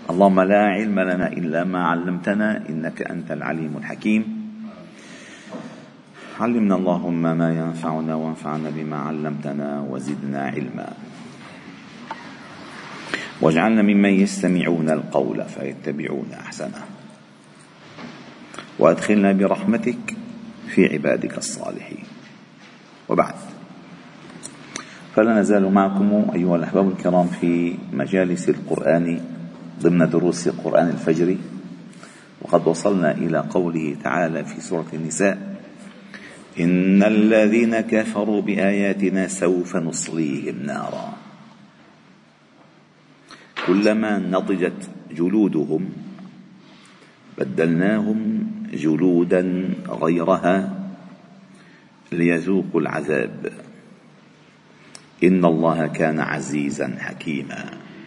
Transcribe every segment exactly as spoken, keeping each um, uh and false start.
اللهم لا علم لنا إلا ما علمتنا إنك أنت العليم الحكيم. علمنا اللهم ما ينفعنا وانفعنا بما علمتنا وزدنا علما، واجعلنا ممن يستمعون القول فيتبعون أحسنه، وأدخلنا برحمتك في عبادك الصالحين. وبعد، فلا نزال معكم أيها الأحباب الكرام في مجالس القرآن ضمن دروس قرآن الفجر، وقد وصلنا إلى قوله تعالى في سورة النساء: إن الذين كفروا بآياتنا سوف نصليهم نارا كلما نضجت جلودهم بدلناهم جلودا غيرها ليذوقوا العذاب إن الله كان عزيزا حكيما.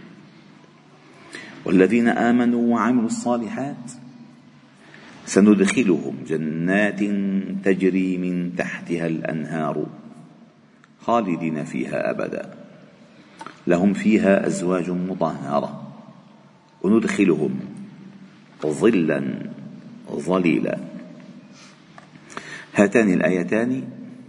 والذين آمنوا وعملوا الصالحات سندخلهم جنات تجري من تحتها الأنهار خالدين فيها أبدا لهم فيها أزواج مطهرة وندخلهم ظلا ظليلا. هاتان الآيتان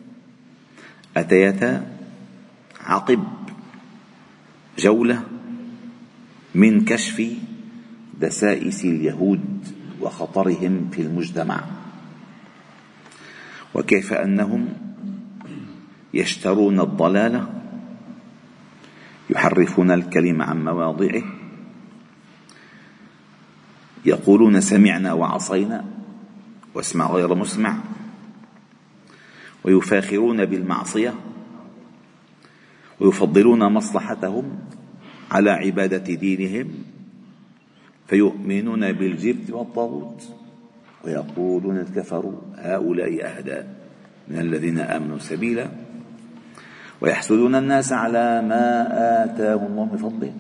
أتيتا عقب جولة من كشف دسائس اليهود وخطرهم في المجتمع، وكيف أنهم يشترون الضلالة، يحرفون الكلم عن مواضعه، يقولون سمعنا وعصينا واسمع غير مسمع، ويفاخرون بالمعصية، ويفضلون مصلحتهم على عبادة دينهم، فيؤمنون بالجبت والطاغوت، ويقولون الكفروا هؤلاء أهدى من الذين آمنوا سبيلا، ويحسدون الناس على ما آتاهم الله من فضله،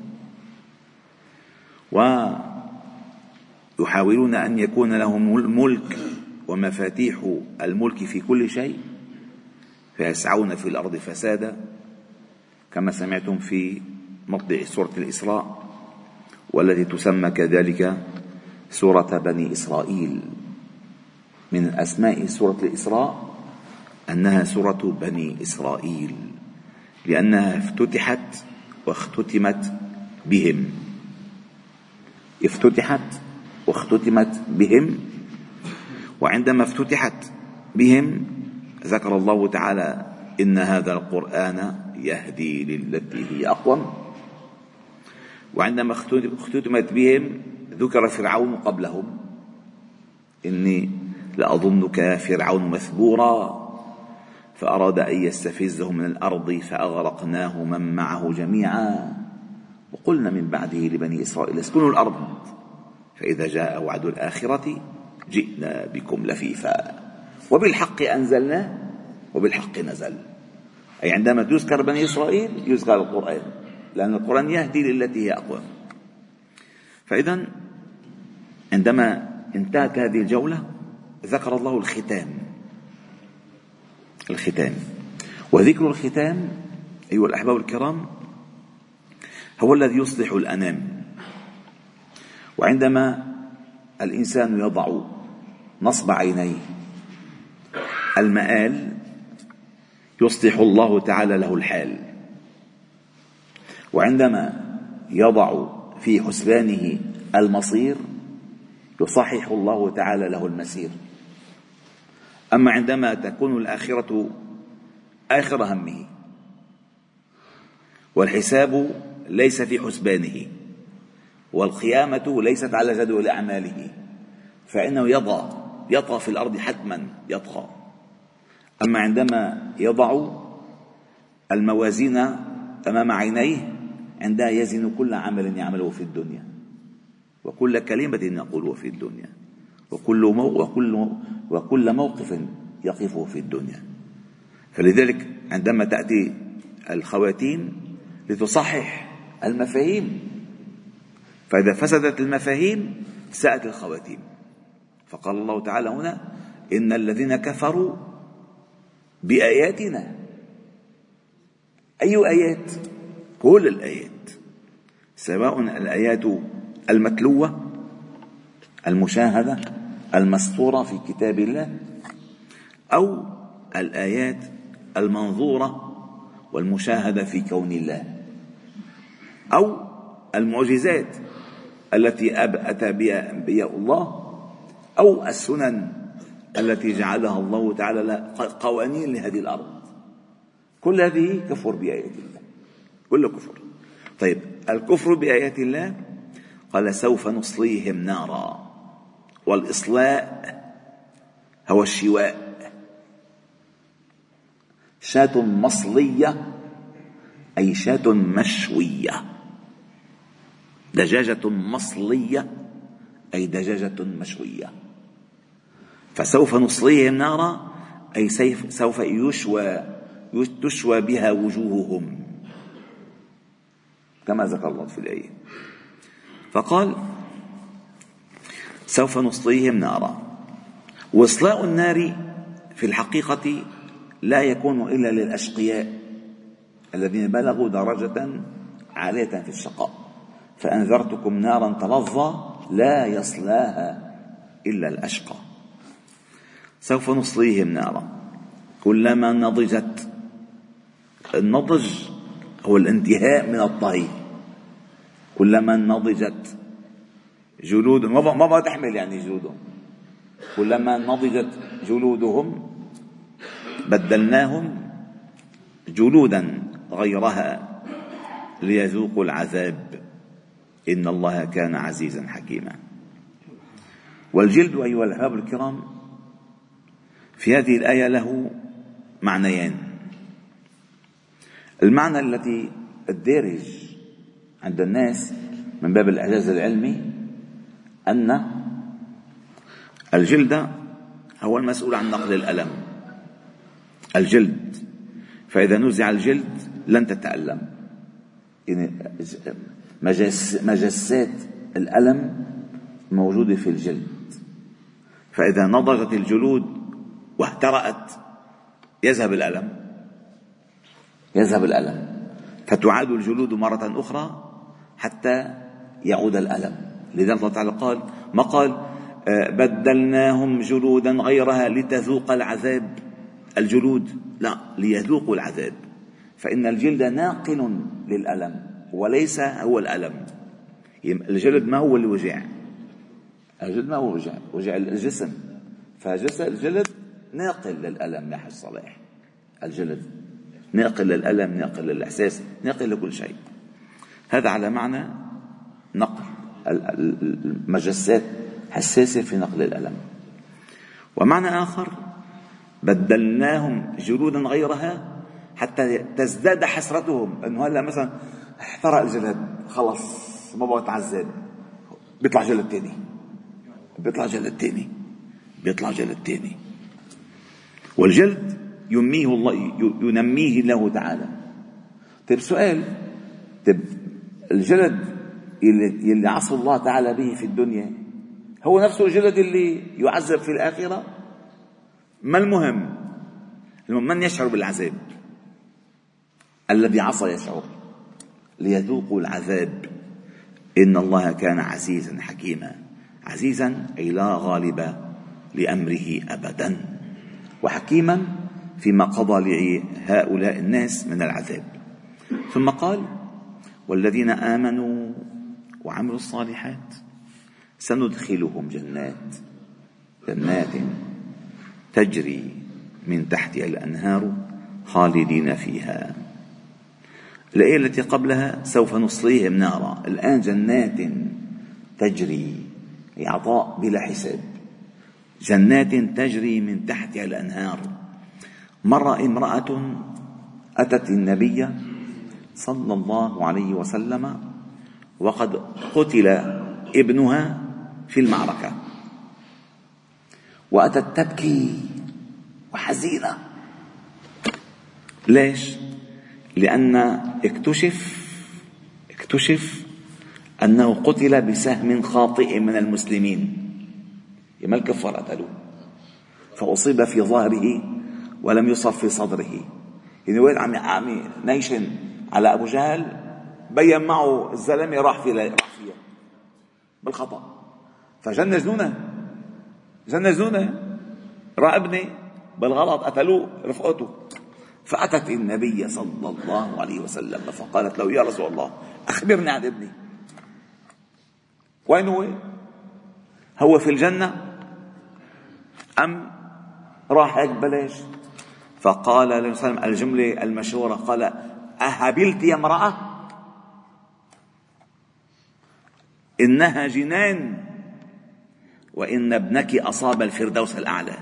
ويحاولون أن يكون لهم الملك ومفاتيح الملك في كل شيء، فيسعون في الأرض فسادا، كما سمعتم في مطلع سورة الإسراء، والتي تسمى كذلك سورة بني إسرائيل. من أسماء سورة الإسراء أنها سورة بني إسرائيل، لأنها افتتحت واختتمت بهم، افتتحت واختتمت بهم. وعندما افتتحت بهم ذكر الله تعالى: إن هذا القرآن يهدي للتي هي أقوم. وعندما اختتمت بهم ذكر فرعون قبلهم: إني لأظنك يا فرعون مثبورا، فأراد أن يستفزهم من الأرض فأغرقناه من معه جميعا، وقلنا من بعده لبني إسرائيل اسكنوا الأرض فإذا جاء وعد الآخرة جئنا بكم لفيفا وبالحق أنزلناه وبالحق نزل. أي عندما تذكر بني إسرائيل يذكر القرآن، لأن القرآن يهدي للتي هي أقوم. فإذا عندما انتهت هذه الجولة ذكر الله الختام، الختام وذكر الختام أيها الأحباب الكرام هو الذي يصلح الأنام. وعندما الإنسان يضع نصب عينيه المآل يصلح الله تعالى له الحال، وعندما يضع في حسبانه المصير يصحح الله تعالى له المسير. أما عندما تكون الآخرة آخر همه والحساب ليس في حسبانه والقيامة ليست على جدول أعماله، فإنه يضع يطغى في الأرض حتما يطغى. أما عندما يضع الموازين أمام عينيه عندها يزن كل عمل يعمله في الدنيا وكل كلمة يقوله في الدنيا وكل, مو وكل, وكل موقف يقفه في الدنيا. فلذلك عندما تأتي الخواتيم لتصحح المفاهيم، فإذا فسدت المفاهيم ساءت الخواتيم. فقال الله تعالى هنا: إن الذين كفروا بآياتنا. أي آيات؟ كل الآيات، سواء الآيات المتلوة المشاهدة المسطورة في كتاب الله، أو الآيات المنظورة والمشاهدة في كون الله، أو المعجزات التي أتى بها أنبياء الله، أو السنن التي جعلها الله تعالى قوانين لهذه الأرض. كل هذه كفر بآيات الله، كله كفر. طيب الكفر بآيات الله قال سوف نصليهم نارا، والإصلاء هو الشواء. شاة مصلية أي شاة مشوية، دجاجة مصلية أي دجاجة مشوية. فسوف نصليهم نارا أي سوف يشوى تشوى بها وجوههم كما ذكر الله في الآية. فقال سوف نصليهم نارا. وإصلاء النار في الحقيقة لا يكون إلا للأشقياء الذين بلغوا درجة عالية في الشقاء. فأنذرتكم نارا تلظى لا يصلاها إلا الأشقى. سوف نصليهم نارا كلما نضجت. النضج هو الانتهاء من الطهي. كلما نضجت جلودهم، ما بتحمل يعني جلودهم، كلما نضجت جلودهم بدلناهم جلودا غيرها ليذوقوا العذاب إن الله كان عزيزا حكيما. والجلد أيها الأحباب الكرام في هذه الآية له معنيان. المعنى الذي الدارج عند الناس من باب الإعجاز العلمي أن الجلد هو المسؤول عن نقل الألم. الجلد، فإذا نزع الجلد لن تتألم. يعني مجس مجسات الألم موجودة في الجلد، فإذا نضجت الجلود واهترأت يذهب الألم يذهب الألم فتعاد الجلود مرة أخرى حتى يعود الألم. لذلك الله تعالى قال ما قال بدلناهم جلودا غيرها لتذوق العذاب. الجلود لا، ليذوقوا العذاب، فإن الجلد ناقل للألم وليس هو الألم. الجلد ما هو الوجع، الجلد ما هو الوجع، وجع الجسم. فالجلد ناقل للألم يا حج صالح. الجلد ناقل للألم، ناقل للإحساس، ناقل لكل شيء. هذا على معنى نقل المجسات حساسة في نقل الألم. ومعنى آخر بدلناهم جلودا غيرها حتى تزداد حسرتهم، أنه هلا مثلا احترق الجلد خلص ما بقى يتعذب، بيطلع جلد تاني بيطلع جلد تاني بيطلع جلد تاني. والجلد ينميه الله ينميه الله تعالى. طيب سؤال، طيب الجلد اللي, اللي عصى الله تعالى به في الدنيا هو نفسه الجلد اللي يعذب في الآخرة؟ ما المهم؟ المهم من يشعر بالعذاب؟ الذي عصى يشعر. ليذوقوا العذاب إن الله كان عزيزا حكيما. عزيزا أي لا غالب لأمره أبدا، وحكيما فيما قضى لهؤلاء الناس من العذاب. ثم قال والذين آمنوا وعملوا الصالحات سندخلهم جنات جنات تجري من تحتها الأنهار خالدين فيها. الآية التي قبلها سوف نصليهم نارا، الآن جنات تجري، عطاء بلا حساب، جنات تجري من تحتها الأنهار. مر امرأة أتت النبي صلى الله عليه وسلم وقد قتل ابنها في المعركة، وأتت تبكي وحزينة. ليش؟ لأن اكتشف اكتشف أنه قتل بسهم خاطئ من المسلمين، يما الكفار قتلوه، فأصيب في ظهره ولم يصب في صدره. يعني وين عم عم نيشن على أبو جهل، بين معه الزلمة راح فيها راح فيها بالخطأ، فجن جنونه، جن جنونه، راقبني بالغلط، قتلوه رفقته. فأتت النبي صلى الله عليه وسلم فقالت له: يا رسول الله أخبرني عن ابني، وين هو؟ هو في الجنة أم راح هيك بلاش؟ فقال النبي صلى الله عليه وسلم الجملة المشهورة، قال: أهبلت يا امرأة؟ إنها جنان، وإن ابنك أصاب الفردوس الأعلى.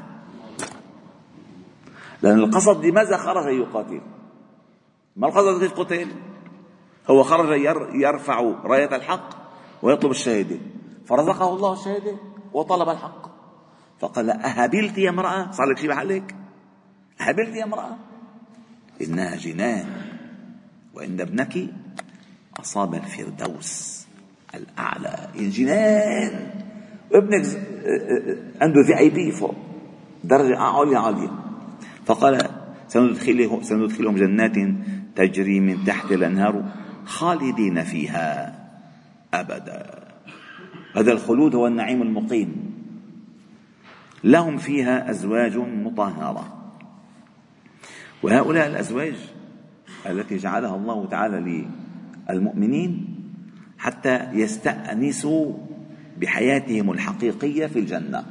لأن القصد لماذا خرج يقاتل؟ ما القصد يقتل؟ هو خرج يرفع راية الحق ويطلب الشهادة، فرزقه الله الشهادة وطلب الحق. فقال: أهبلت يا امرأة؟ صار لك شيء بحالك؟ أهبلت يا امرأة؟ إنها جنان، وإن ابنك أصاب الفردوس الأعلى. الجنان، وابنك عنده في اي بي فوق درجة عالية عالية. فقال: سندخلهم, سندخلهم جنات تجري من تحت الأنهار خالدين فيها أبدا. هذا الخلود هو النعيم المقيم. لهم فيها أزواج مطهرة. وهؤلاء الأزواج التي جعلها الله تعالى للمؤمنين حتى يستأنسوا بحياتهم الحقيقية في الجنة.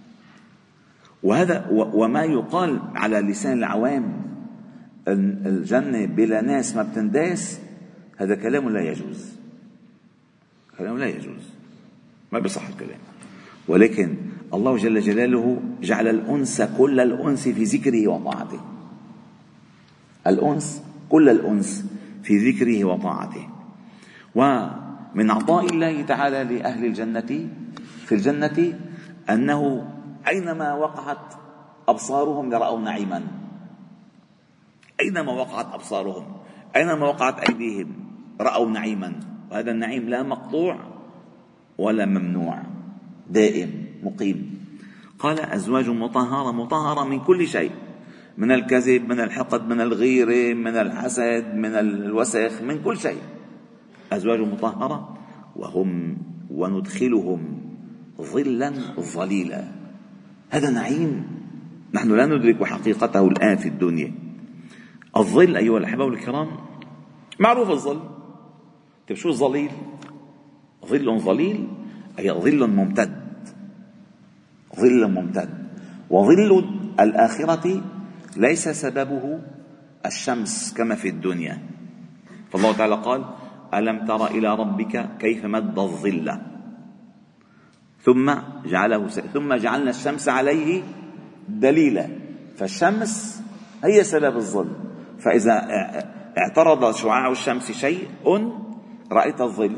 وهذا وما يقال على لسان العوام الجنة بلا ناس ما بتنداس، هذا كلام لا يجوز، كلام لا يجوز، ما بصح الكلام. ولكن الله جل جلاله جعل الأنس كل الأنس في ذكره وطاعته، الأنس كل الأنس في ذكره وطاعته. ومن عطاء الله تعالى لأهل الجنة في الجنة أنه أينما وقعت أبصارهم يرأوا نعيما، أينما وقعت أبصارهم، أينما وقعت أيديهم رأوا نعيما. وهذا النعيم لا مقطوع ولا ممنوع، دائم مقيم. قال: أزواج مطهرة، مطهرة من كل شيء، من الكذب، من الحقد، من الغيرة، من الحسد، من الوسخ، من كل شيء. أزواج مطهرة. وهم وندخلهم ظلا ظليلا. هذا نعيم نحن لا ندرك حقيقته الآن في الدنيا. الظل أيها الأحباب الكرام معروف، الظل. طيب شو الظليل؟ ظل ظليل أي ظل ممتد، ظل ممتد. وظل الآخرة ليس سببه الشمس كما في الدنيا. فالله تعالى قال: ألم تر إلى ربك كيف مد الظل ثم جعله ثم جعلنا الشمس عليه دليلا. فالشمس هي سبب الظل، فإذا اعترض شعاع الشمس شيء رأيت الظل.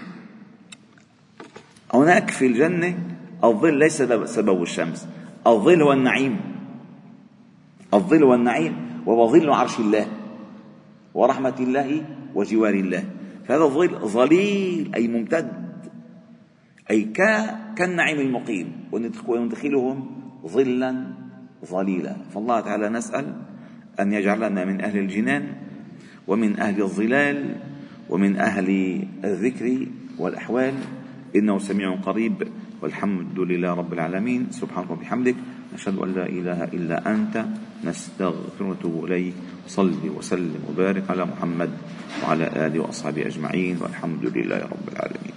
هناك في الجنة الظل ليس سبب الشمس، الظل هو النعيم، الظل هو النعيم، وهو ظل عرش الله ورحمة الله وجوار الله. فهذا الظل ظليل أي ممتد، أي كالنعيم المقيم، وندخلهم ظلا ظليلا. فالله تعالى نسأل أن يجعلنا من أهل الجنان ومن أهل الظلال ومن أهل الذكر والأحوال، إنه سميع قريب. والحمد لله رب العالمين. سبحانك وبحمدك، نشهد أن لا إله إلا أنت، نستغفر ونتوب إليك. صل وسلم وبارك على محمد وعلى آله وأصحابه أجمعين، والحمد لله رب العالمين.